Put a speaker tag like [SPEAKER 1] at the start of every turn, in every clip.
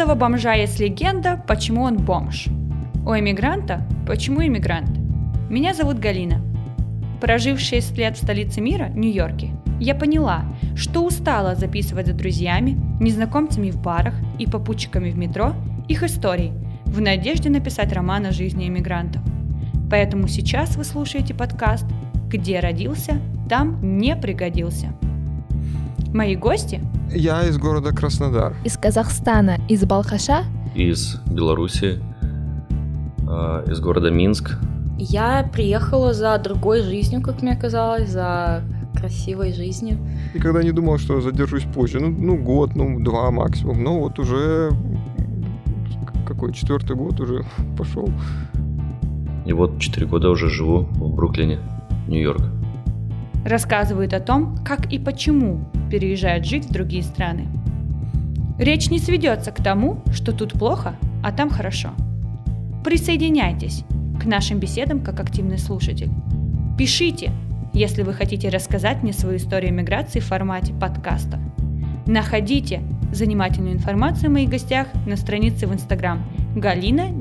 [SPEAKER 1] каждого бомжа есть легенда, почему он бомж. У эмигранта, почему иммигрант. Меня зовут Галина. Прожив 6 лет в столице мира, Нью-Йорке, я поняла, что устала записывать за друзьями, незнакомцами в барах и попутчиками в метро их истории, в надежде написать роман о жизни эмигрантов. Поэтому сейчас вы слушаете подкаст «Где родился, там не пригодился». Мои гости...
[SPEAKER 2] Я из города Краснодар.
[SPEAKER 3] Из Казахстана, из Балхаша.
[SPEAKER 4] Из Беларуси, из города Минск.
[SPEAKER 5] Я приехала за другой жизнью, как мне казалось, за красивой жизнью.
[SPEAKER 2] Никогда не думал, что задержусь позже. Год, 2 максимум. Но вот уже... Какой? 4-й год уже пошел.
[SPEAKER 4] И вот 4 года уже живу в Бруклине, Нью-Йорк.
[SPEAKER 1] Рассказывают о том, как и почему переезжают жить в другие страны. Речь не сведется к тому, что тут плохо, а там хорошо. Присоединяйтесь к нашим беседам как активный слушатель. Пишите, если вы хотите рассказать мне свою историю миграции в формате подкаста. Находите занимательную информацию о моих гостях на странице в Instagram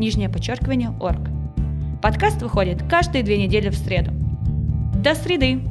[SPEAKER 1] galina_org. Подкаст выходит каждые 2 недели в среду. До среды!